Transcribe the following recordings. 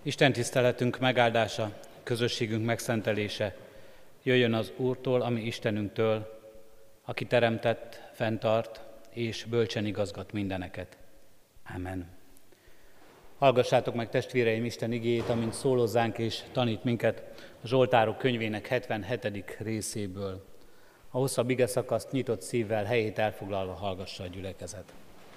Isten tiszteletünk megáldása, közösségünk megszentelése jöjjön az Úrtól, ami Istenünktől, aki teremtett, fenntart és bölcsen igazgat mindeneket. Amen. Hallgassátok meg, testvéreim, Isten igéjét, amint szól hozzánk és tanít minket a Zsoltárok könyvének 77. részéből. A hosszabb igeszakaszt nyitott szívvel, helyét elfoglalva hallgassa a gyülekezet.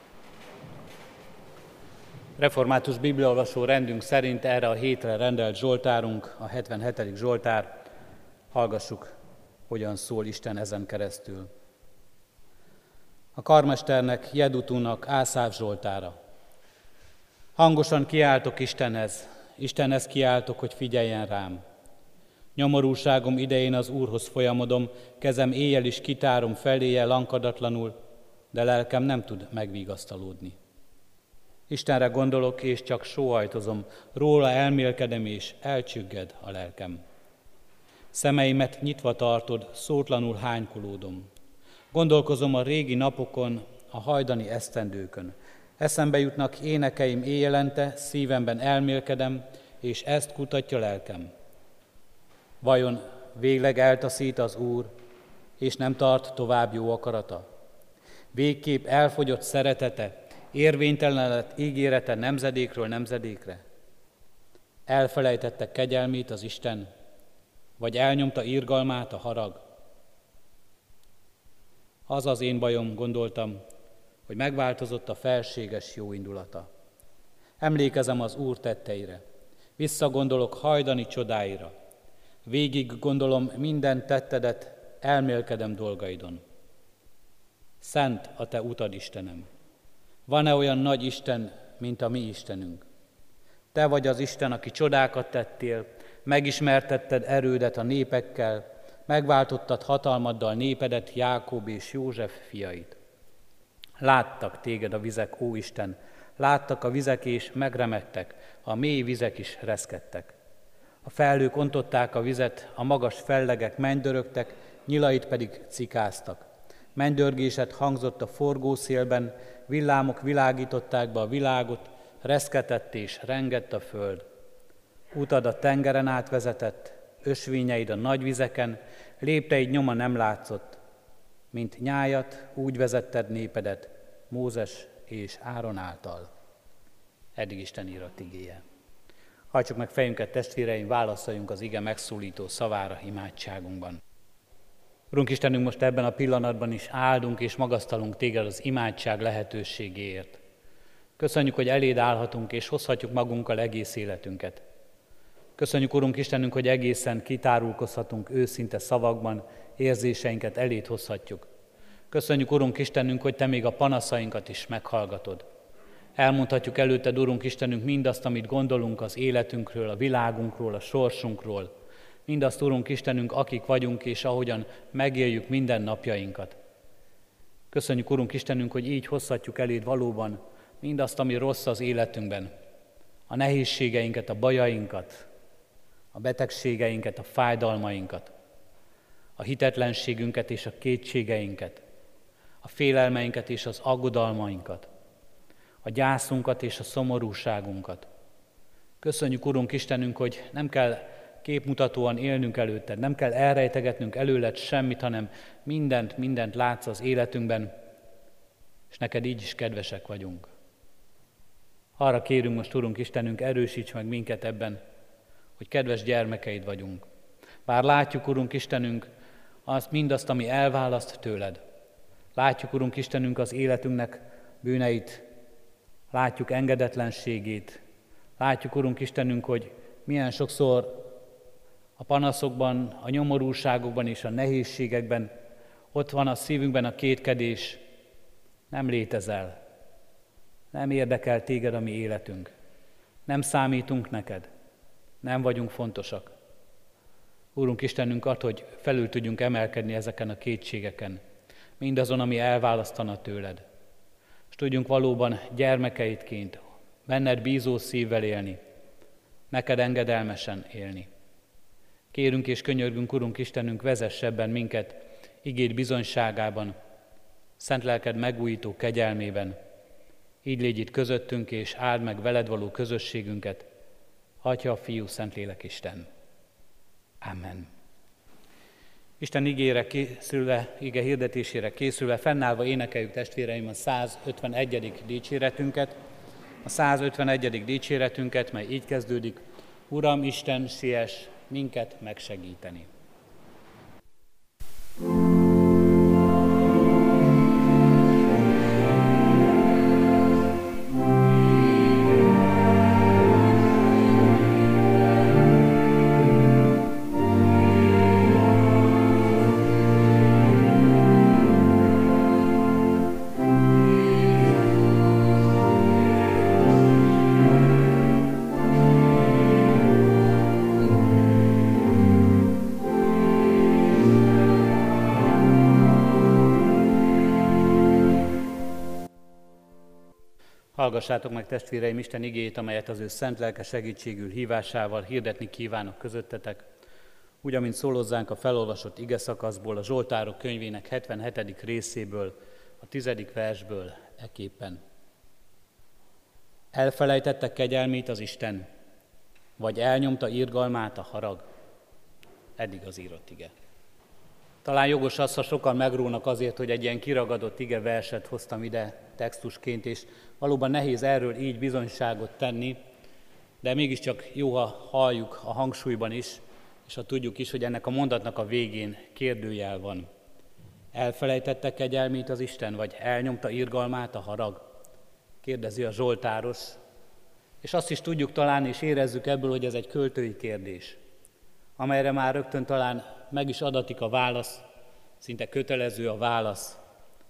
Református bibliaolvasó rendünk szerint erre a hétre rendelt Zsoltárunk, a 77. Zsoltár. Hallgassuk, hogyan szól Isten ezen keresztül. A karmesternek, Jedutúnak Ászáf Zsoltára. Hangosan kiáltok Istenhez kiáltok, hogy figyeljen rám. Nyomorúságom idején az Úrhoz folyamodom, kezem éjjel is kitárom feléje lankadatlanul, de lelkem nem tud megvigasztalódni. Istenre gondolok, és csak sóhajtozom, róla elmélkedem, és elcsügged a lelkem. Szemeimet nyitva tartod, szótlanul hánykolódom. Gondolkozom a régi napokon, a hajdani esztendőkön. Eszembe jutnak énekeim éjjelente, szívemben elmélkedem, és ezt kutatja lelkem. Vajon végleg eltaszít az Úr, és nem tart tovább jó akarata? Végképp elfogyott szeretete, érvénytelen lett ígérete nemzedékről nemzedékre? Elfelejtette kegyelmét az Isten, vagy elnyomta irgalmát a harag? Az az én bajom, gondoltam, hogy megváltozott a felséges jóindulata. Emlékezem az Úr tetteire, visszagondolok hajdani csodáira, végig gondolom minden tettedet, elmélkedem dolgaidon. Szent a te utad, Istenem! Van-e olyan nagy Isten, mint a mi Istenünk? Te vagy az Isten, aki csodákat tettél, megismertetted erődet a népekkel, megváltottad hatalmaddal népedet, Jákob és József fiait. Láttak téged a vizek, ó Isten, láttak a vizek és megremegtek, a mély vizek is reszkedtek. A felhők ontották a vizet, a magas fellegek mennydörögtek, nyilait pedig cikáztak. Mennydörgésed hangzott a forgó szélben, villámok világították be a világot, reszketett és rengett a föld. Utad a tengeren átvezetett, ösvényeid a nagy vizeken, lépteid nyoma nem látszott, mint nyájat úgy vezetted népedet, Mózes és Áron által. Eddig Isten írott igéje. Hajtsuk meg fejünket, testvéreim, válaszoljunk az ige megszólító szavára imádságunkban. Urunk Istenünk, most ebben a pillanatban is áldunk és magasztalunk téged az imádság lehetőségéért. Köszönjük, hogy eléd állhatunk és hozhatjuk magunkkal egész életünket. Köszönjük, Urunk Istenünk, hogy egészen kitárulkozhatunk őszinte szavakban, érzéseinket eléd hozhatjuk. Köszönjük, Urunk Istenünk, hogy te még a panaszainkat is meghallgatod. Elmondhatjuk előtted, Urunk Istenünk, mindazt, amit gondolunk az életünkről, a világunkról, a sorsunkról. Mindazt, Urunk Istenünk, akik vagyunk, és ahogyan megéljük minden napjainkat. Köszönjük, Urunk Istenünk, hogy így hozhatjuk eléd valóban mindazt, ami rossz az életünkben. A nehézségeinket, a bajainkat, a betegségeinket, a fájdalmainkat, a hitetlenségünket és a kétségeinket, a félelmeinket és az aggodalmainkat, a gyászunkat és a szomorúságunkat. Köszönjük, Urunk Istenünk, hogy nem kell képmutatóan élnünk előtted, nem kell elrejtegetnünk előled semmit, hanem mindent látsz az életünkben, és neked így is kedvesek vagyunk. Arra kérünk most, Urunk Istenünk, erősíts meg minket ebben, hogy kedves gyermekeid vagyunk. Bár látjuk, Urunk Istenünk, mindazt, ami elválaszt tőled. Látjuk, Urunk Istenünk, az életünknek bűneit, látjuk engedetlenségét, látjuk, Urunk Istenünk, hogy milyen sokszor a panaszokban, a nyomorúságokban és a nehézségekben ott van a szívünkben a kétkedés, nem létezel, nem érdekel téged a mi életünk, nem számítunk neked, nem vagyunk fontosak. Úrunk Istenünk, add, hogy felül tudjunk emelkedni ezeken a kétségeken, mindazon, ami elválasztana tőled. És tudjunk valóban gyermekeidként, benned bízó szívvel élni, neked engedelmesen élni. Kérünk és könyörgünk, Urunk Istenünk, vezess ebben minket igéd bizonyságában, szent lelked megújító kegyelmében. Így légy itt közöttünk, és áld meg veled való közösségünket, Atya, Fiú, Szentlélek, Isten. Amen. Isten ige hirdetésére készülve, fennállva énekeljük, testvéreim, a 151. dicséretünket. A 151. dicséretünket, mely így kezdődik: Uram Isten, siess minket megsegíteni. Hallgassátok meg, testvéreim, Isten igéjét, amelyet az ő szent lelke segítségül hívásával hirdetni kívánok közöttetek. Úgy, amint szólózzánk a felolvasott igeszakaszból, a Zsoltárok könyvének 77. részéből, a 10. versből eképpen. Elfelejtette kegyelmét az Isten, vagy elnyomta irgalmát a harag? Eddig az írott ige. Talán jogos az, ha sokan megrónak azért, hogy egy ilyen kiragadott ige verset hoztam ide textusként, és valóban nehéz erről így bizonyságot tenni, de mégiscsak jó, ha halljuk a hangsúlyban is, és ha tudjuk is, hogy ennek a mondatnak a végén kérdőjel van. Elfelejtette kegyelmét az Isten, vagy elnyomta irgalmát a harag? Kérdezi a zsoltáros, és azt is tudjuk talán, és érezzük ebből, hogy ez egy költői kérdés, amelyre már rögtön talán meg is adatik a válasz, szinte kötelező a válasz.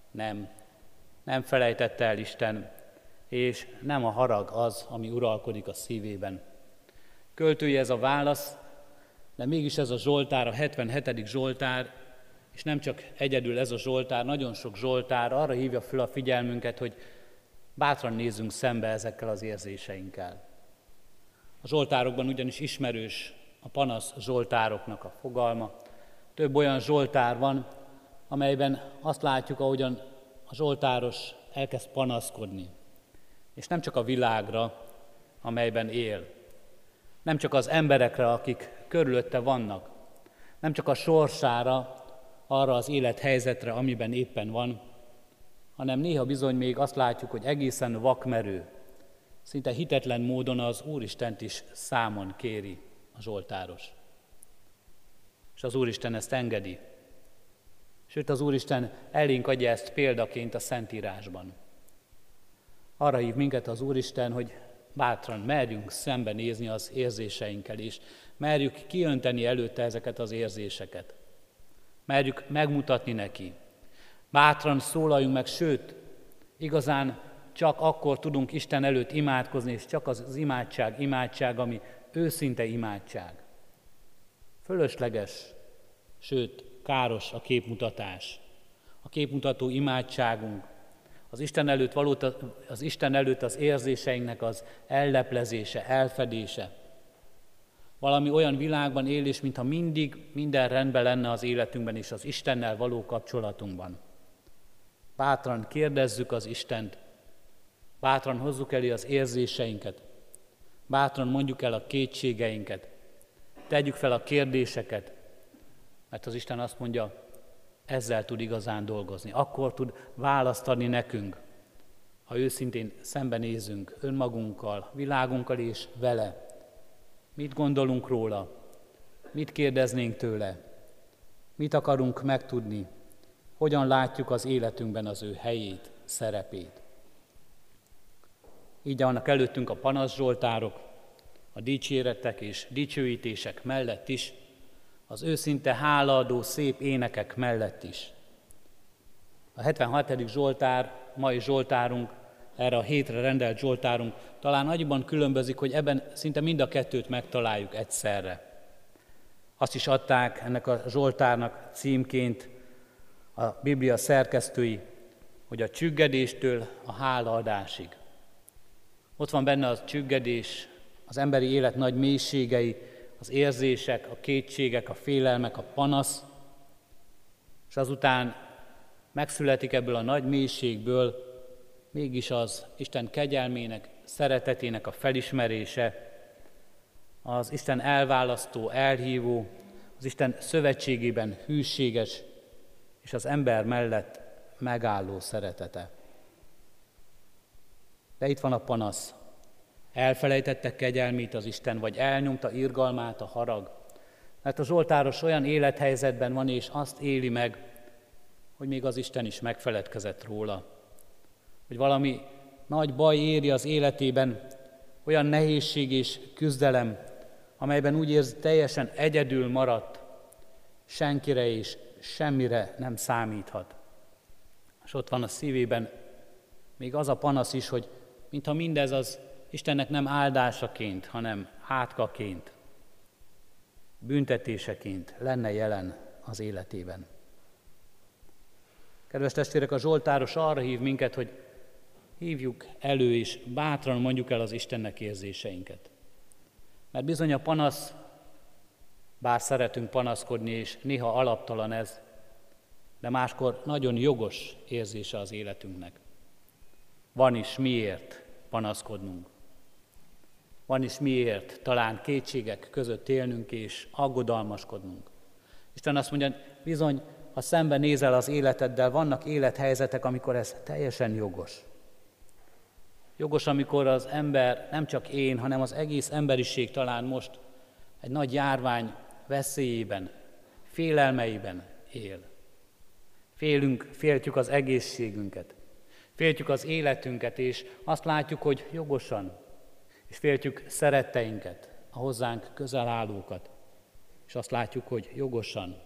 Nem felejtette el Isten, és nem a harag az, ami uralkodik a szívében. Költői ez a válasz, de mégis ez a zsoltár, a 77. zsoltár, és nem csak egyedül ez a zsoltár, nagyon sok zsoltár arra hívja fel a figyelmünket, hogy bátran nézzünk szembe ezekkel az érzéseinkkel. A zsoltárokban ugyanis ismerős a panasz zsoltároknak a fogalma. Több olyan zsoltár van, amelyben azt látjuk, ahogyan a zsoltáros elkezd panaszkodni. És nem csak a világra, amelyben él. Nem csak az emberekre, akik körülötte vannak. Nem csak a sorsára, arra az élethelyzetre, amiben éppen van, hanem néha bizony még azt látjuk, hogy egészen vakmerő, szinte hitetlen módon az Úristent is számon kéri a zsoltáros. És az Úristen ezt engedi. Sőt, az Úristen elénk adja ezt példaként a Szentírásban. Arra hív minket az Úristen, hogy bátran merjünk szembenézni az érzéseinkkel is. Merjük kiönteni előtte ezeket az érzéseket. Merjük megmutatni neki. Bátran szólaljunk meg, sőt, igazán csak akkor tudunk Isten előtt imádkozni, és csak az imádság, ami őszinte imádság. Fölösleges, sőt, káros a képmutatás. A képmutató imádságunk, az Isten előtt az érzéseinknek az elleplezése, elfedése. Valami olyan világban élés, mintha mindig minden rendben lenne az életünkben és az Istennel való kapcsolatunkban. Bátran kérdezzük az Istent, bátran hozzuk elé az érzéseinket, bátran mondjuk el a kétségeinket, tegyük fel a kérdéseket, mert az Isten azt mondja, ezzel tud igazán dolgozni. Akkor tud választ adni nekünk, ha őszintén szembenézünk önmagunkkal, világunkkal és vele. Mit gondolunk róla? Mit kérdeznénk tőle? Mit akarunk megtudni? Hogyan látjuk az életünkben az ő helyét, szerepét? Így vannak előttünk a panaszzsoltárok, a dicséretek és dicsőítések mellett is, az őszinte hálaadó szép énekek mellett is. A 76. zsoltár, mai zsoltárunk, erre a hétre rendelt zsoltárunk talán annyiban különbözik, hogy ebben szinte mind a kettőt megtaláljuk egyszerre. Azt is adták ennek a zsoltárnak címként a Biblia szerkesztői, hogy a csüggedéstől a hálaadásig. Ott van benne a csüggedés, az emberi élet nagy mélységei, az érzések, a kétségek, a félelmek, a panasz, és azután megszületik ebből a nagy mélységből mégis az Isten kegyelmének, szeretetének a felismerése, az Isten elválasztó, elhívó, az Isten szövetségében hűséges és az ember mellett megálló szeretete. De itt van a panasz. Elfelejtette kegyelmét az Isten, vagy elnyomta irgalmát a harag. Mert a zsoltáros olyan élethelyzetben van, és azt éli meg, hogy még az Isten is megfeledkezett róla. Hogy valami nagy baj éri az életében, olyan nehézség és küzdelem, amelyben úgy érzi, teljesen egyedül maradt, senkire és semmire nem számíthat. És ott van a szívében még az a panasz is, hogy mintha mindez az Istennek nem áldásaként, hanem hátkaként, büntetéseként lenne jelen az életében. Kedves testvérek, a zsoltáros arra hív minket, hogy hívjuk elő és bátran mondjuk el az Istennek érzéseinket. Mert bizony a panasz, bár szeretünk panaszkodni, és néha alaptalan ez, de máskor nagyon jogos érzése az életünknek. Van is miért panaszkodnunk. Van is miért talán kétségek között élnünk és aggodalmaskodnunk. Isten azt mondja, bizony, ha szemben nézel az életeddel, vannak élethelyzetek, amikor ez teljesen jogos. Jogos, amikor az ember, nem csak én, hanem az egész emberiség talán most egy nagy járvány veszélyében, félelmeiben él. Féltjük az egészségünket, féltjük az életünket, és azt látjuk, hogy jogosan, és féltjük szeretteinket, a hozzánk közel állókat, és azt látjuk, hogy jogosan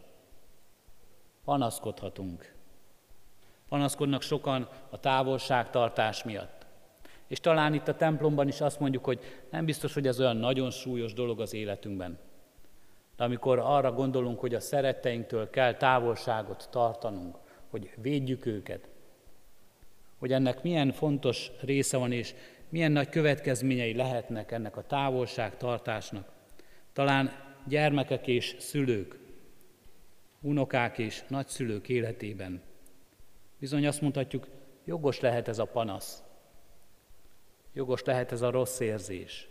panaszkodhatunk. Panaszkodnak sokan a távolságtartás miatt. És talán itt a templomban is azt mondjuk, hogy nem biztos, hogy ez olyan nagyon súlyos dolog az életünkben. De amikor arra gondolunk, hogy a szeretteinktől kell távolságot tartanunk, hogy védjük őket, hogy ennek milyen fontos része van, és milyen nagy következményei lehetnek ennek a távolságtartásnak. Talán gyermekek és szülők, unokák és nagyszülők életében. Bizony azt mondhatjuk, jogos lehet ez a panasz. Jogos lehet ez a rossz érzés.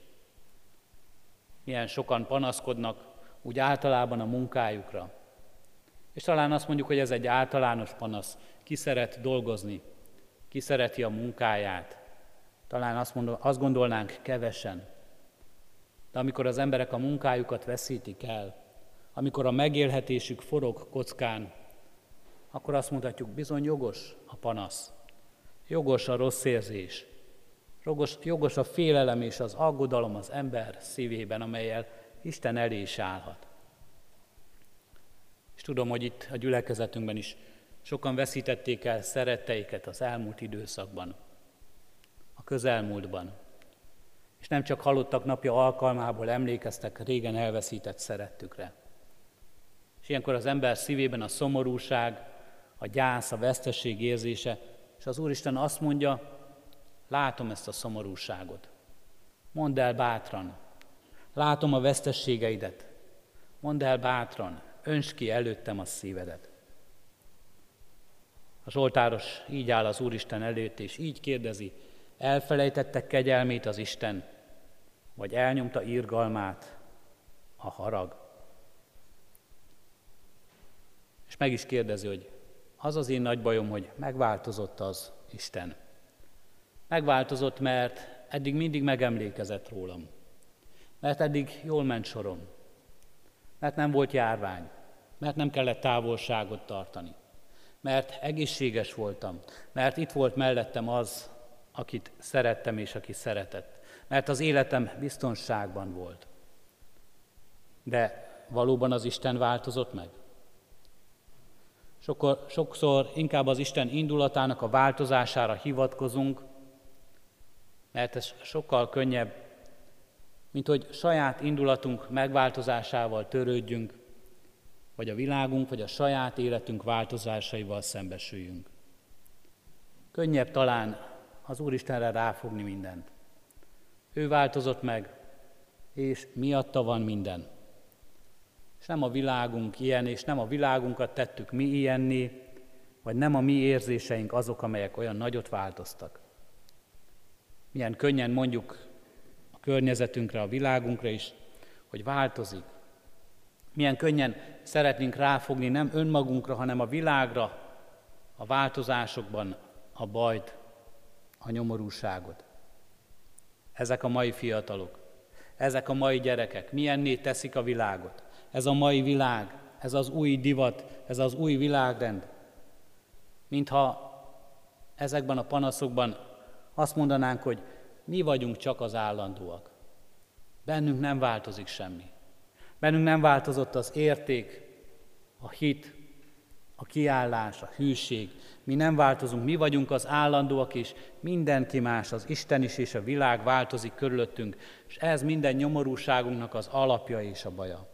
Milyen sokan panaszkodnak úgy általában a munkájukra. És talán azt mondjuk, hogy ez egy általános panasz. Ki szeret dolgozni, ki szereti a munkáját. Talán azt gondolnánk kevesen. De amikor az emberek a munkájukat veszítik el, amikor a megélhetésük forog kockán, akkor azt mondhatjuk, bizony jogos a panasz. Jogos a rossz érzés. Jogos a félelem és az aggodalom az ember szívében, amellyel Isten elé is állhat. És tudom, hogy itt a gyülekezetünkben is sokan veszítették el szeretteiket az elmúlt időszakban, a közelmúltban. És nem csak halottak napja alkalmából emlékeztek régen elveszített szerettükre. És ilyenkor az ember szívében a szomorúság, a gyász, a vesztesség érzése, és az Úristen azt mondja, látom ezt a szomorúságot. Mondd el bátran. Látom a vesztességeidet. Mondd el bátran. Öntsd ki előttem a szívedet. A zsoltáros így áll az Úristen előtt, és így kérdezi, elfelejtette kegyelmét az Isten, vagy elnyomta irgalmát a harag? És meg is kérdezi, hogy az az én nagy bajom, hogy megváltozott az Isten. Megváltozott, mert eddig mindig megemlékezett rólam. Mert eddig jól ment sorom. Mert nem volt járvány. Mert nem kellett távolságot tartani. Mert egészséges voltam. Mert itt volt mellettem az, akit szerettem és aki szeretett. Mert az életem biztonságban volt. De valóban az Isten változott meg? Sokszor inkább az Isten indulatának a változására hivatkozunk, mert ez sokkal könnyebb, mint hogy saját indulatunk megváltozásával törődjünk, vagy a világunk, vagy a saját életünk változásaival szembesüljünk. Könnyebb talán az Úristenre ráfogni mindent. Ő változott meg, és miatta van minden. És nem a világunk ilyen, és nem a világunkat tettük mi ilyenné, vagy nem a mi érzéseink azok, amelyek olyan nagyot változtak. Milyen könnyen mondjuk a környezetünkre, a világunkra is, hogy változik. Milyen könnyen szeretnénk ráfogni nem önmagunkra, hanem a világra, a változásokban a bajt, a nyomorúságot. Ezek a mai fiatalok, ezek a mai gyerekek milyenné teszik a világot. Ez a mai világ, ez az új divat, ez az új világrend. Mintha ezekben a panaszokban azt mondanánk, hogy mi vagyunk csak az állandóak. Bennünk nem változik semmi. Bennünk nem változott az érték, a hit, a kiállás, a hűség. Mi nem változunk, mi vagyunk az állandóak, és mindenki más, az Isten is és a világ változik körülöttünk, és ez minden nyomorúságunknak az alapja és a baja.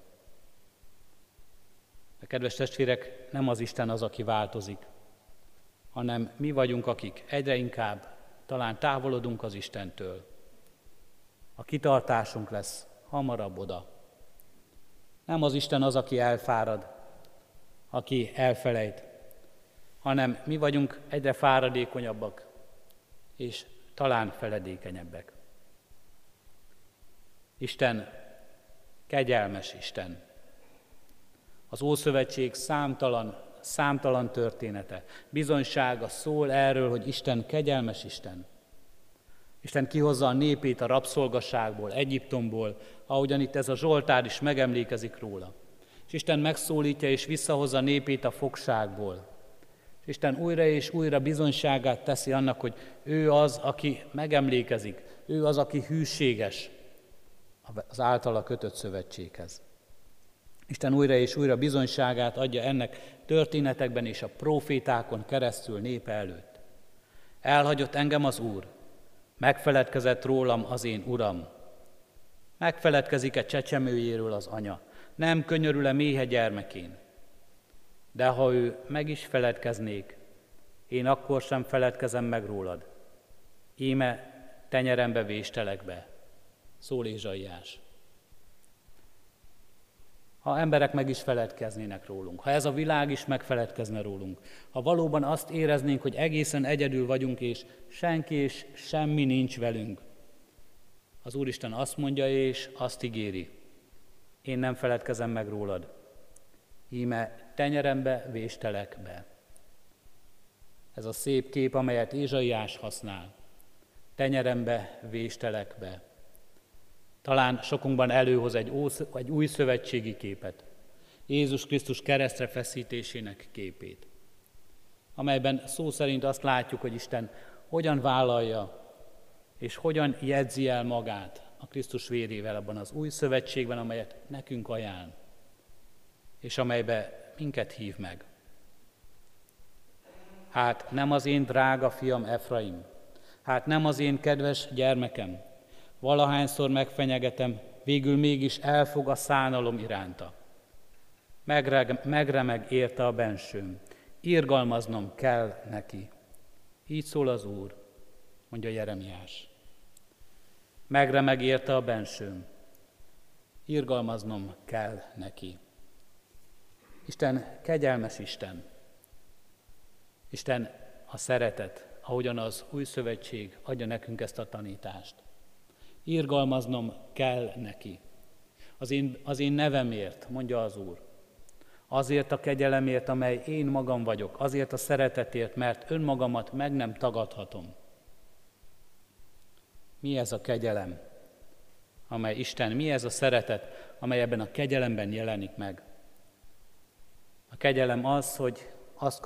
De kedves testvérek, nem az Isten az, aki változik, hanem mi vagyunk, akik egyre inkább talán távolodunk az Istentől. A kitartásunk lesz hamarabb oda. Nem az Isten az, aki elfárad, aki elfelejt, hanem mi vagyunk egyre fáradékonyabbak, és talán feledékenyebbek. Isten kegyelmes Isten. Az Ószövetség számtalan története, bizonysága szól erről, hogy Isten kegyelmes Isten. Isten kihozza a népét a rabszolgaságból, Egyiptomból, ahogyan itt ez a Zsoltár is megemlékezik róla. És Isten megszólítja és visszahozza a népét a fogságból. És Isten újra és újra bizonyságát teszi annak, hogy ő az, aki megemlékezik, ő az, aki hűséges az általa kötött szövetséghez. Isten újra és újra bizonyságát adja ennek történetekben és a prófétákon keresztül népe előtt. Elhagyott engem az Úr, megfeledkezett rólam az én Uram. Megfeledkezik-e csecsemőjéről az anya, nem könyörül-e méhe gyermekén. De ha ő meg is feledkeznék, én akkor sem feledkezem meg rólad. Íme tenyerembe véstelek be, szól Ézsaiás. Ha emberek meg is feledkeznének rólunk, ha ez a világ is megfeledkezne rólunk, ha valóban azt éreznénk, hogy egészen egyedül vagyunk, és senki és semmi nincs velünk, az Úristen azt mondja és azt ígéri, én nem feledkezem meg rólad, íme tenyerembe véstelek be. Ez a szép kép, amelyet Ézsaiás használ, tenyerembe véstelek be. Talán sokunkban előhoz egy új szövetségi képet, Jézus Krisztus keresztre feszítésének képét, amelyben szó szerint azt látjuk, hogy Isten hogyan vállalja és hogyan jegyzi el magát a Krisztus vérével abban az új szövetségben, amelyet nekünk ajánl, és amelybe minket hív meg. Hát nem az én drága fiam Efraim, hát nem az én kedves gyermekem, valahányszor megfenyegetem, végül mégis elfog a szánalom iránta. Megremeg érte a bensőm, irgalmaznom kell neki. Így szól az Úr, mondja Jeremiás. Megremeg érte a bensőm, irgalmaznom kell neki. Isten kegyelmes Isten. Isten a szeretet, ahogyan az új szövetség adja nekünk ezt a tanítást. Irgalmaznom kell neki. Az én nevemért, mondja az Úr. Azért a kegyelemért, amely én magam vagyok, azért a szeretetért, mert önmagamat meg nem tagadhatom. Mi ez a kegyelem, amely Isten, mi ez a szeretet, amely ebben a kegyelemben jelenik meg? A kegyelem az, hogy azt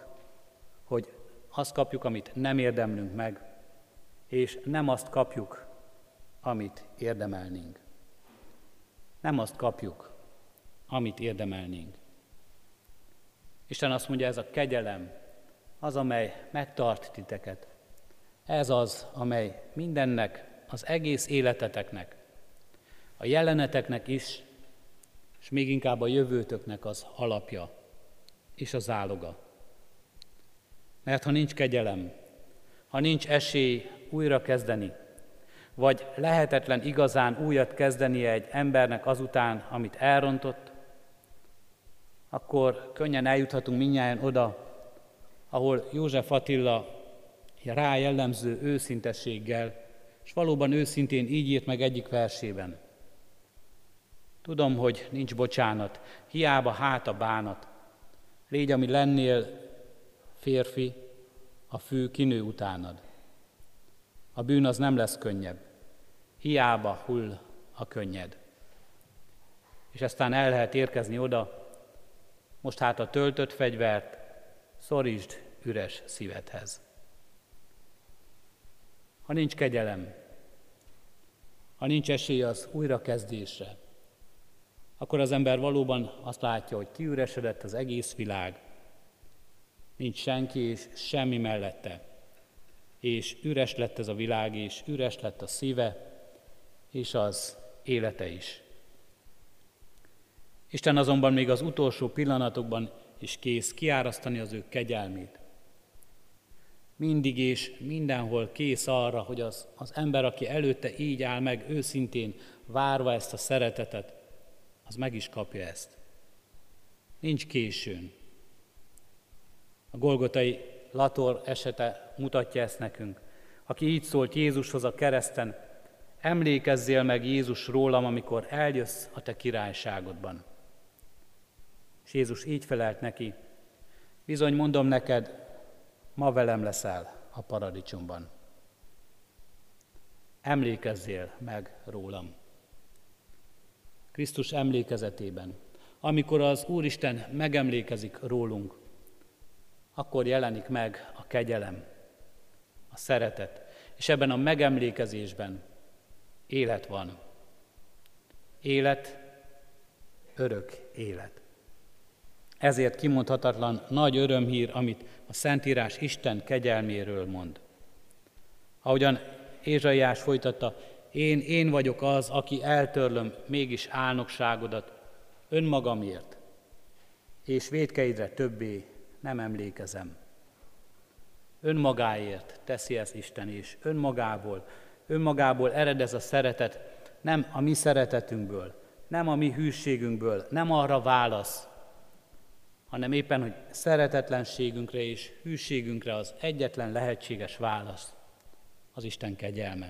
kapjuk, amit nem érdemlünk meg, és nem azt kapjuk, amit érdemelnénk. Nem azt kapjuk, amit érdemelnénk. Isten azt mondja, ez a kegyelem az, amely megtart titeket. Ez az, amely mindennek, az egész életeteknek, a jeleneteknek is, és még inkább a jövőtöknek az alapja és a záloga. Mert ha nincs kegyelem, ha nincs esély újra kezdeni, vagy lehetetlen igazán újat kezdenie egy embernek azután, amit elrontott, akkor könnyen eljuthatunk mindnyájan oda, ahol József Attila rá jellemző őszintességgel, és valóban őszintén így írt meg egyik versében. Tudom, hogy nincs bocsánat, hiába hát a bánat. Légy, ami lennél férfi, a fű kinő utánad. A bűn az nem lesz könnyebb, hiába hull a könnyed. És aztán el lehet érkezni oda, most hát a töltött fegyvert szorítsd üres szívedhez. Ha nincs kegyelem, ha nincs esély az újrakezdésre, akkor az ember valóban azt látja, hogy kiüresedett az egész világ, nincs senki és semmi mellette, és üres lett ez a világ, és üres lett a szíve, és az élete is. Isten azonban még az utolsó pillanatokban is kész kiárasztani az ő kegyelmét. Mindig és mindenhol kész arra, hogy az ember, aki előtte így áll meg őszintén, várva ezt a szeretetet, az meg is kapja ezt. Nincs későn. A golgotai Lator esete mutatja ezt nekünk. Aki így szólt Jézushoz a kereszten, emlékezzél meg Jézus rólam, amikor eljössz a te királyságodban. És Jézus így felelt neki, bizony mondom neked, ma velem leszel a paradicsomban. Emlékezzél meg rólam. Krisztus emlékezetében, amikor az Úristen megemlékezik rólunk, akkor jelenik meg a kegyelem, a szeretet, és ebben a megemlékezésben élet van. Élet, örök élet. Ezért kimondhatatlan nagy örömhír, amit a Szentírás Isten kegyelméről mond. Ahogyan Ézsaiás folytatta, én vagyok az, aki eltörlöm mégis álnokságodat önmagamért, és vétkeidre többé nem emlékezem. Önmagáért teszi ezt Isten, és önmagából ered ez a szeretet, nem a mi szeretetünkből, nem a mi hűségünkből, nem arra válasz, hanem éppen, hogy szeretetlenségünkre és hűségünkre az egyetlen lehetséges válasz, az Isten kegyelme.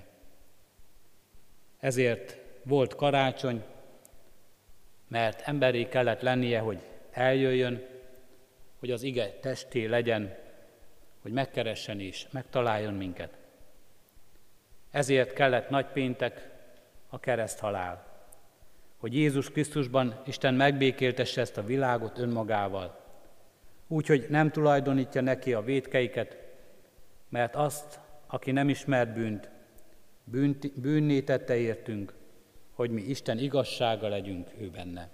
Ezért volt karácsony, mert emberré kellett lennie, hogy eljöjjön, hogy az ige testé legyen, hogy megkeressen és megtaláljon minket. Ezért kellett nagypéntek, a kereszthalál, hogy Jézus Krisztusban Isten megbékéltesse ezt a világot önmagával, úgy, hogy nem tulajdonítja neki a vétkeiket, mert azt, aki nem ismert bűnné tette értünk, hogy mi Isten igazsága legyünk ő benne.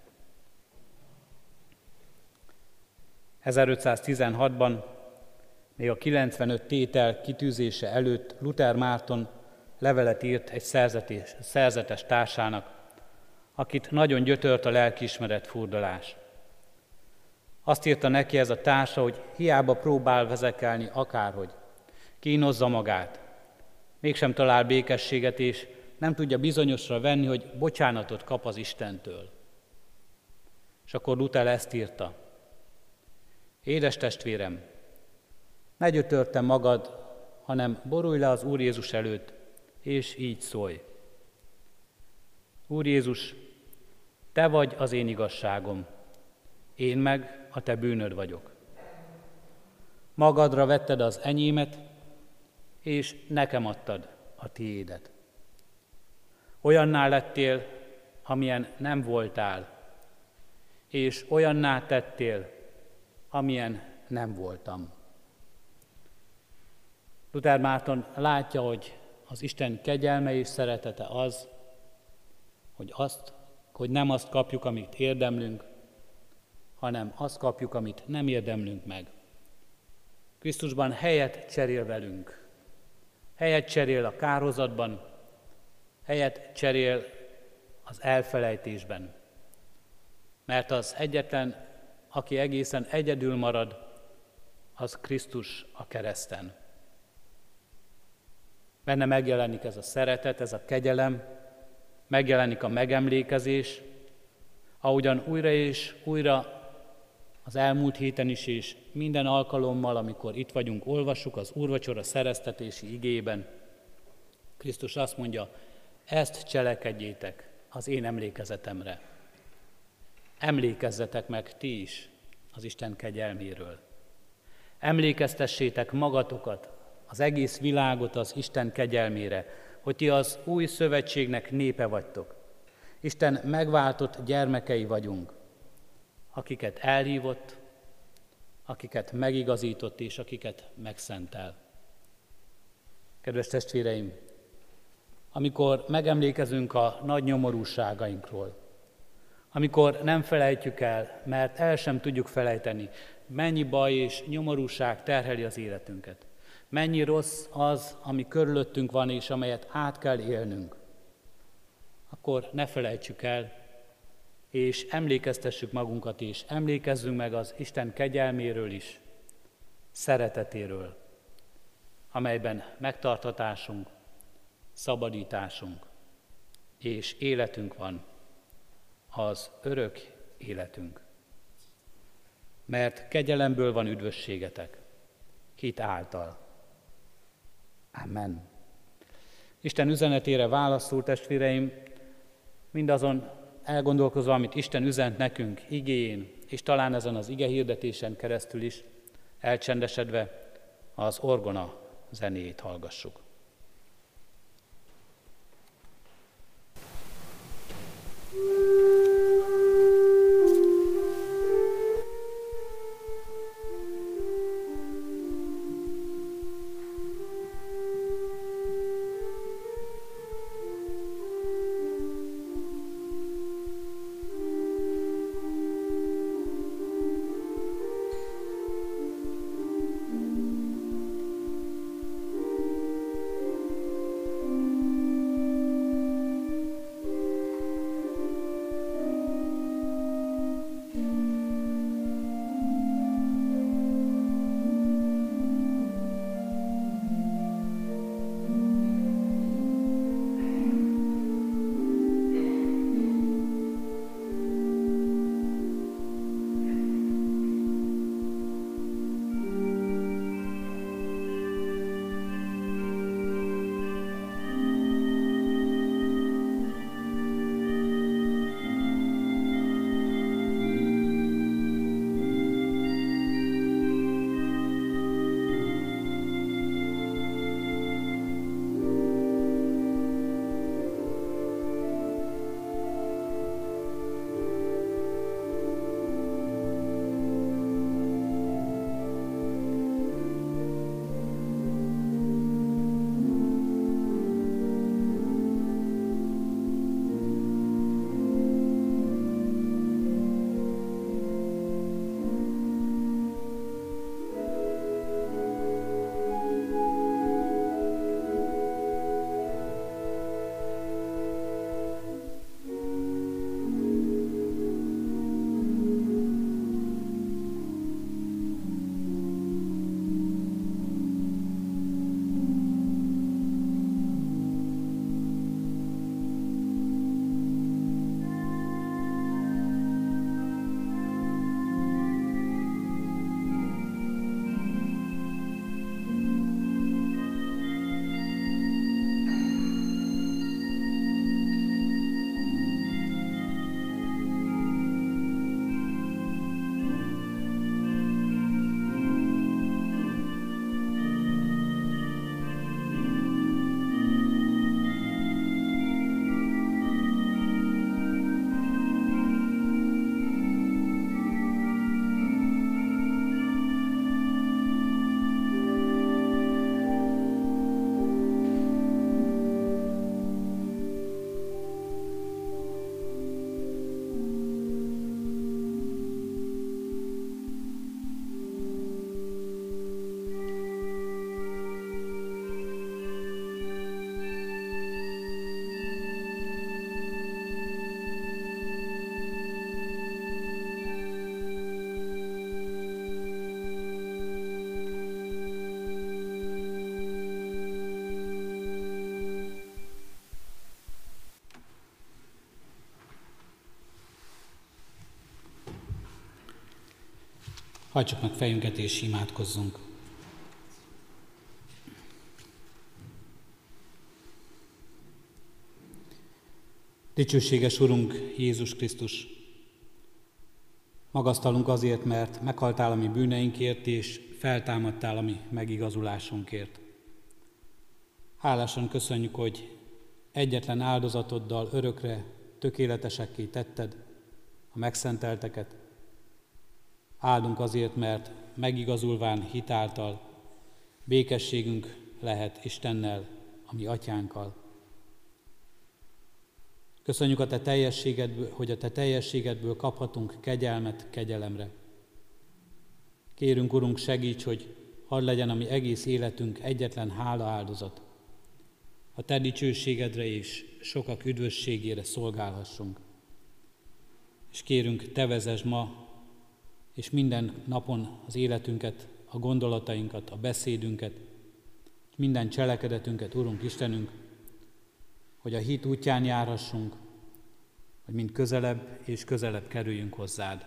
1516-ban, még a 95 tétel kitűzése előtt Luther Márton levelet írt egy szerzetes társának, akit nagyon gyötört a lelkiismeret furdalás. Azt írta neki ez a társa, hogy hiába próbál vezekelni akárhogy, kínozza magát, mégsem talál békességet, és nem tudja bizonyosra venni, hogy bocsánatot kap az Istentől. És akkor Luther ezt írta. Édes testvérem, ne gyötörte magad, hanem borulj le az Úr Jézus előtt, és így szólj. Úr Jézus, te vagy az én igazságom, én meg a te bűnöd vagyok. Magadra vetted az enyémet, és nekem adtad a tiédet. Olyanná lettél, amilyen nem voltál, és olyanná tettél, amilyen nem voltam. Luther Márton látja, hogy az Isten kegyelme és szeretete az, hogy nem azt kapjuk, amit érdemlünk, hanem azt kapjuk, amit nem érdemlünk meg. Krisztusban helyet cserél velünk. Helyet cserél a kárhozatban, helyet cserél az elfelejtésben. Mert az egyetlen, aki egészen egyedül marad, az Krisztus a kereszten. Benne megjelenik ez a szeretet, ez a kegyelem, megjelenik a megemlékezés, ahogyan újra és újra az elmúlt héten is, és minden alkalommal, amikor itt vagyunk, olvassuk az úrvacsora szereztetési igében. Krisztus azt mondja, ezt cselekedjétek az én emlékezetemre. emlékezzetek meg ti is az Isten kegyelméről. Emlékeztessétek magatokat, az egész világot az Isten kegyelmére, hogy ti az új szövetségnek népe vagytok. Isten megváltott gyermekei vagyunk, akiket elhívott, akiket megigazított és akiket megszentel. Kedves testvéreim, amikor megemlékezünk a nagy nyomorúságainkról, amikor nem felejtjük el, mert el sem tudjuk felejteni, mennyi baj és nyomorúság terheli az életünket, mennyi rossz az, ami körülöttünk van és amelyet át kell élnünk, akkor ne felejtsük el, és emlékeztessük magunkat is, emlékezzünk meg az Isten kegyelméről is, szeretetéről, amelyben megtarthatásunk, szabadításunk és életünk van, az örök életünk. Mert kegyelemből van üdvösségetek, hit által. Amen. Isten üzenetére válaszul, testvéreim, mindazon elgondolkozva, amit Isten üzent nekünk igéjén, és talán ezen az ige hirdetésen keresztül is, elcsendesedve az orgona zenéjét hallgassuk. Hajtsuk meg fejünket és imádkozzunk. Dicsőséges Urunk Jézus Krisztus, Magasztalunk azért, mert meghaltál a mi bűneinkért, és feltámadtál a mi megigazulásunkért. Hálásan köszönjük, hogy egyetlen áldozatoddal örökre tökéletesekké tetted a megszentelteket. Áldunk azért, mert megigazulván hitáltal békességünk lehet Istennel, a mi atyánkkal. Köszönjük a te teljességedből, hogy a te teljességedből kaphatunk kegyelmet kegyelemre. Kérünk, Urunk, segíts, hogy hadd legyen a mi egész életünk egyetlen hála áldozat. A te dicsőségedre és sokak üdvösségére szolgálhassunk. És kérünk, te vezess ma és minden napon az életünket, a gondolatainkat, a beszédünket, minden cselekedetünket, Urunk Istenünk, hogy a hit útján járhassunk, hogy mind közelebb és közelebb kerüljünk hozzád.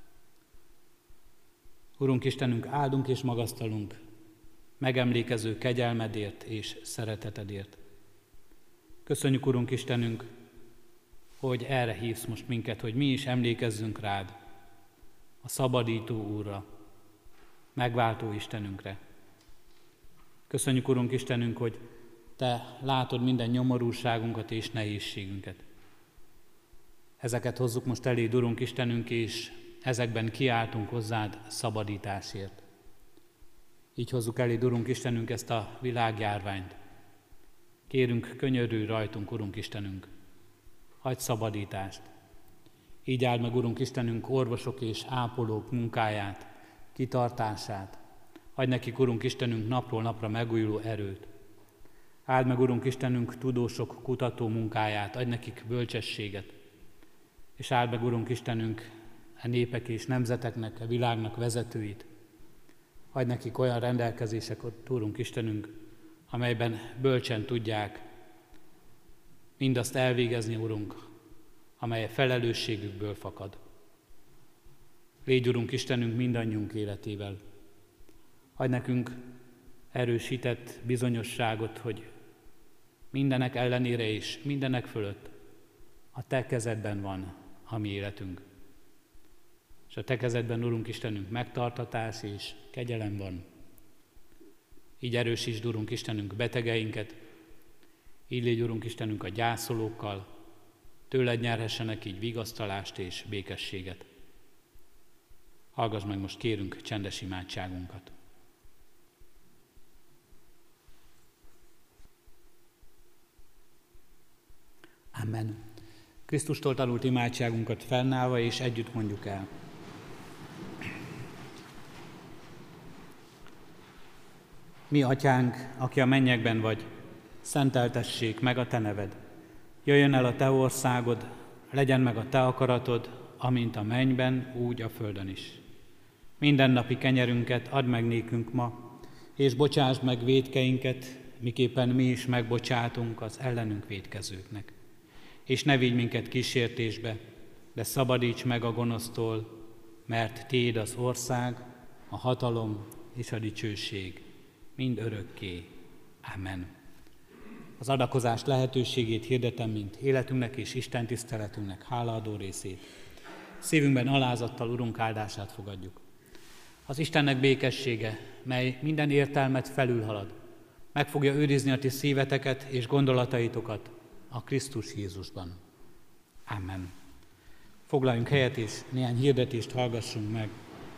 Urunk Istenünk, áldunk és magasztalunk megemlékező kegyelmedért és szeretetedért. Köszönjük, Urunk Istenünk, hogy erre hívsz most minket, hogy mi is emlékezzünk rád, a szabadító Úrra, megváltó Istenünkre. Köszönjük, Urunk Istenünk, hogy te látod minden nyomorúságunkat és nehézségünket. Ezeket hozzuk most eléd, Urunk Istenünk, és ezekben kiáltunk hozzád szabadításért. Így hozzuk eléd, Urunk Istenünk, ezt a világjárványt. Kérünk, könyörülj rajtunk, Urunk Istenünk, adj szabadítást. Így áld meg, Urunk Istenünk, orvosok és ápolók munkáját, kitartását. Adj nekik, Urunk Istenünk, napról napra megújuló erőt. Áld meg, Urunk Istenünk, tudósok kutató munkáját, adj nekik bölcsességet. És áld meg, Urunk Istenünk, a népek és nemzeteknek, a világnak vezetőit. Adj nekik olyan rendelkezéseket, Urunk Istenünk, amelyben bölcsen tudják mindazt elvégezni, Urunk, amely a felelősségükből fakad. Légy, Urunk Istenünk, mindannyiunk életével. Adj nekünk erősített bizonyosságot, hogy mindenek ellenére és mindenek fölött a te kezedben van a mi életünk. És a te kezedben, Urunk Istenünk, megtartatás és kegyelem van. Így erősítsd, Urunk Istenünk, betegeinket, így légy, Urunk Istenünk, a gyászolókkal, tőled nyerhessenek így vigasztalást és békességet. Hallgass meg most, kérünk, csendes imádságunkat. Amen. Krisztustól tanult imádságunkat fennállva és együtt mondjuk el. Mi, Atyánk, aki a mennyekben vagy, szenteltessék meg a te neved. Jöjjön el a te országod, legyen meg a te akaratod, amint a mennyben, úgy a földön is. Mindennapi kenyerünket add meg nékünk ma, és bocsásd meg vétkeinket, miképpen mi is megbocsátunk az ellenünk vétkezőknek. És ne vigy minket kísértésbe, de szabadíts meg a gonosztól, mert tiéd az ország, a hatalom és a dicsőség mind örökké. Amen. Az adakozás lehetőségét hirdetem, mint életünknek és Isten tiszteletünknek hálaadó részét. Szívünkben alázattal Urunk áldását fogadjuk. Az Istennek békessége, mely minden értelmet felülhalad, meg fogja őrizni a ti szíveteket és gondolataitokat a Krisztus Jézusban. Amen. Foglaljunk helyet és néhány hirdetést hallgassunk meg.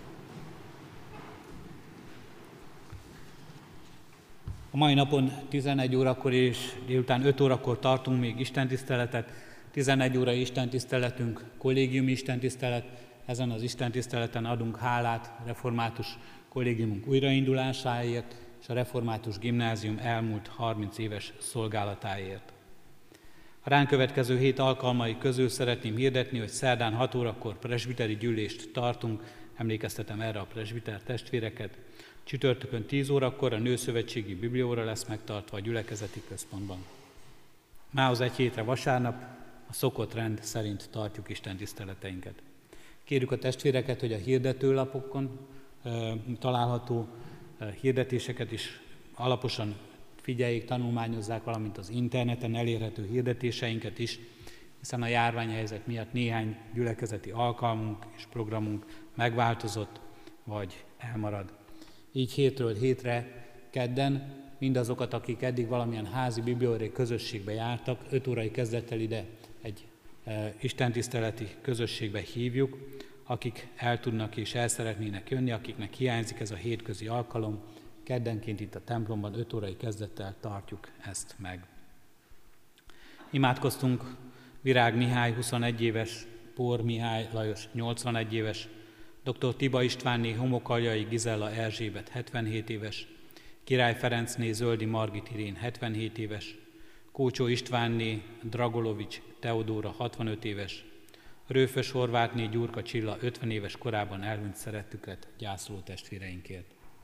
A mai napon 11 órakor és délután 5 órakor tartunk még istentiszteletet. 11 óra istentiszteletünk, kollégiumi istentisztelet. Ezen az istentiszteleten adunk hálát református kollégiumunk újraindulásáért és a református gimnázium elmúlt 30 éves szolgálatáért. A ránk következő hét alkalmai közül szeretném hirdetni, hogy szerdán 6 órakor presbiteri gyűlést tartunk, emlékeztetem erre a presbiter testvéreket. Csütörtökön 10 órakor a Nőszövetségi Bibliaóra lesz megtartva a gyülekezeti központban. Mához egy hétre vasárnap a szokott rend szerint tartjuk istentiszteleteinket. Kérjük a testvéreket, hogy a hirdetőlapokon található hirdetéseket is alaposan figyeljék, tanulmányozzák, valamint az interneten elérhető hirdetéseinket is, hiszen a járványhelyzet miatt néhány gyülekezeti alkalmunk és programunk megváltozott, vagy elmarad. Így hétről hétre, kedden mindazokat, akik eddig valamilyen házi bibliaórai közösségbe jártak, 5 órai kezdettel ide egy istentiszteleti közösségbe hívjuk, akik el tudnak és el szeretnének jönni, akiknek hiányzik ez a hétközi alkalom, keddenként itt a templomban 5 órai kezdettel tartjuk ezt meg. Imádkoztunk Virág Mihály 21 éves, Pór Mihály Lajos 81 éves, dr. Tiba Istvánné Homokaljai Gizella Erzsébet 77 éves, Király Ferencné Zöldi Margit Irén 77 éves, Kócsó Istvánné Dragolovics Teodóra 65 éves, Rőfös Horvátné Gyurka Csilla 50 éves korában elhunyt szerettüket gyászoló testvéreinkért.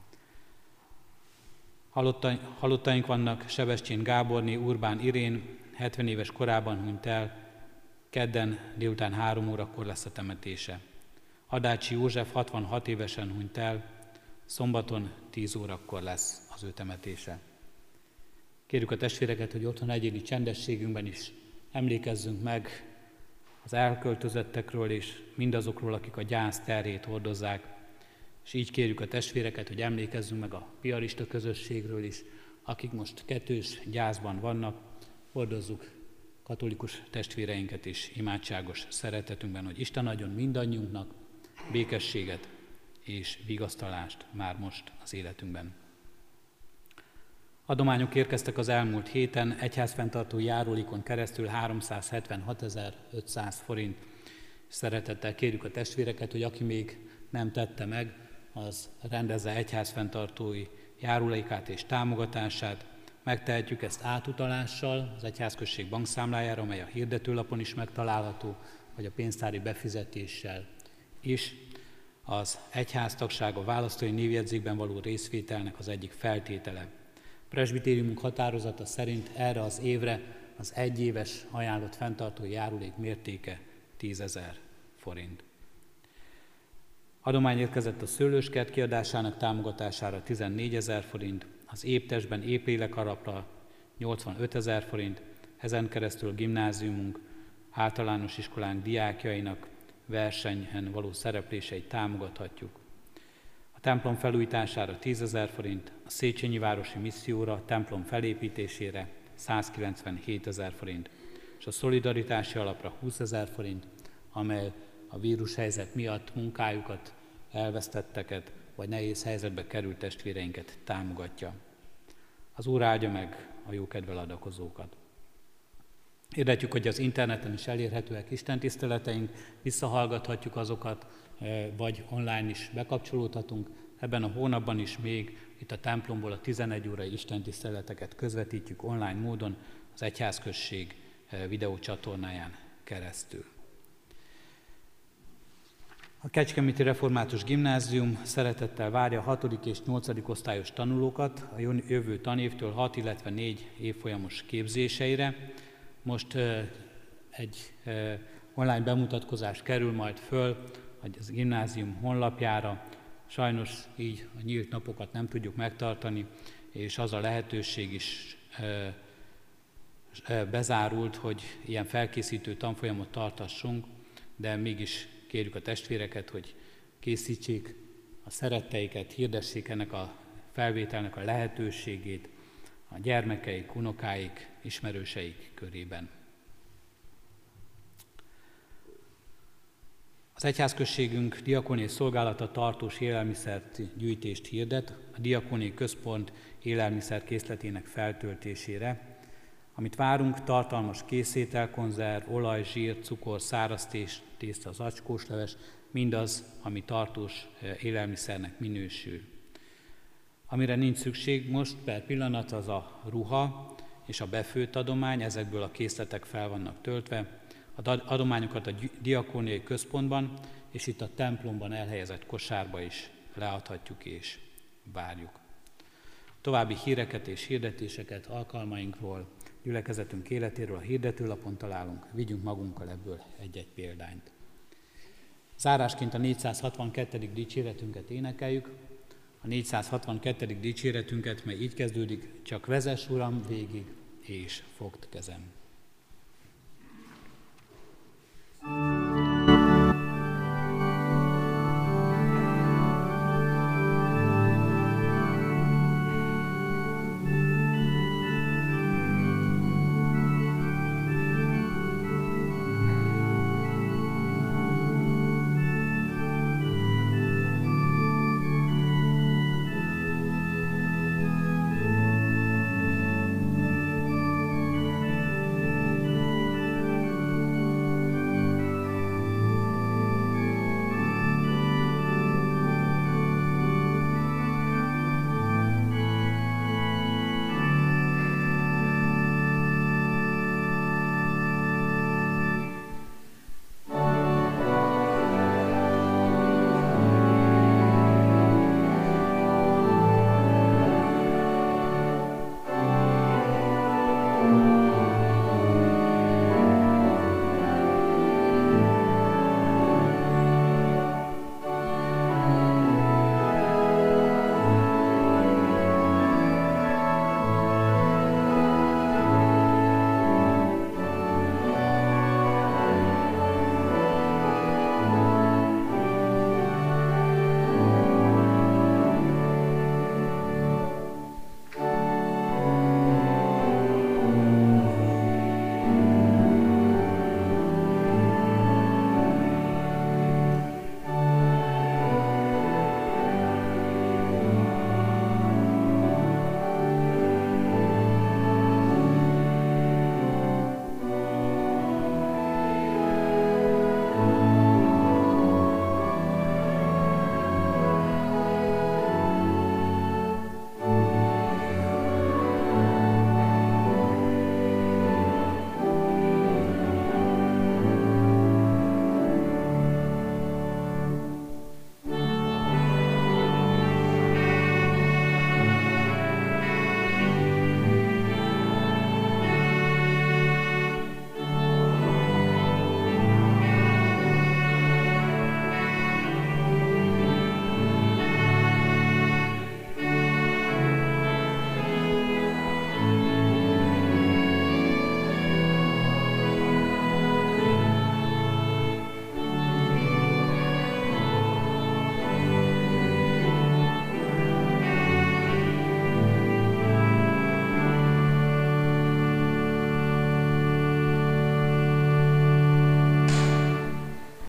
Halottaink vannak Sebestyén Gáborné Urbán Irén, 70 éves korában hunyt el, kedden délután 3 órakor lesz a temetése. Adácsi József 66 évesen hunyt el, szombaton 10 órakor lesz az ő temetése. Kérjük a testvéreket, hogy otthon egyéni csendességünkben is emlékezzünk meg az elköltözettekről és mindazokról, akik a gyász terhét hordozzák, és így kérjük a testvéreket, hogy emlékezzünk meg a piarista közösségről is, akik most kettős gyászban vannak, hordozzuk katolikus testvéreinket is imádságos szeretetünkben, hogy Isten adjon mindannyiunknak békességet és vigasztalást már most az életünkben. Adományok érkeztek az elmúlt héten, egyházfenntartó járulékon keresztül 376.500 forint. Szeretettel kérjük a testvéreket, hogy aki még nem tette meg, az rendezze egyházfenntartói járulékát és támogatását. Megtehetjük ezt átutalással az egyházközség bankszámlájára, amely a hirdetőlapon is megtalálható, vagy a pénztári befizetéssel is. Az egyháztagság a választói névjegyzékben való részvételnek az egyik feltétele. Presbitériumunk határozata szerint erre az évre az egyéves ajánlott fenntartói járulék mértéke 10.000 forint. Adomány érkezett a szőlőskert kiadásának támogatására 14.000 forint, az éptestben éplélekharapra 85.000 forint, ezen keresztül gimnáziumunk, általános iskolánk diákjainak versenyen való szerepléseit támogathatjuk. A templom felújítására 10.000 forint, a Széchenyi városi misszióra, templom felépítésére 197.000 forint, és a szolidaritási alapra 20.000 forint, amely a vírushelyzet miatt munkájukat elvesztetteket, vagy nehéz helyzetbe került testvéreinket támogatja. Az Úr áldja meg a jókedvel adakozókat. Hirdetjük, hogy az interneten is elérhetőek istentiszteleteink, visszahallgathatjuk azokat, vagy online is bekapcsolódhatunk. Ebben a hónapban is még itt a templomból a 11 órai istentiszteleteket közvetítjük online módon az egyházközség videócsatornáján keresztül. A Kecskeméti Református Gimnázium szeretettel várja a 6. és 8. osztályos tanulókat a jövő tanévtől 6, illetve 4 évfolyamos képzéseire. Most egy online bemutatkozás kerül majd föl az gimnázium honlapjára. Sajnos így a nyílt napokat nem tudjuk megtartani, és az a lehetőség is bezárult, hogy ilyen felkészítő tanfolyamot tartassunk, de mégis kérjük a testvéreket, hogy készítsék a szeretteiket, hirdessék ennek a felvételnek a lehetőségét a gyermekeik, unokáik, ismerőseik körében. Az egyházközségünk diakóniai szolgálata tartós élelmiszert gyűjtést hirdet a Diakóniai Központ élelmiszerkészletének feltöltésére, amit várunk: tartalmas készétel, konzerv, olaj, zsír, cukor, száraz tészta, zacskósleves, mindaz, ami tartós élelmiszernek minősül. Amire nincs szükség most per pillanat, az a ruha és a befőtt adomány, ezekből a készletek fel vannak töltve. A adományokat a Diakóniai Központban és itt a templomban elhelyezett kosárba is leadhatjuk és várjuk. További híreket és hirdetéseket alkalmainkról, gyülekezetünk életéről a hirdetőlapon találunk, vigyünk magunkkal ebből egy-egy példányt. Zárásként a 462. dicséretünket énekeljük. A 462. dicséretünket, mely így kezdődik: csak vezess, Uram, végig, és fogd kezem.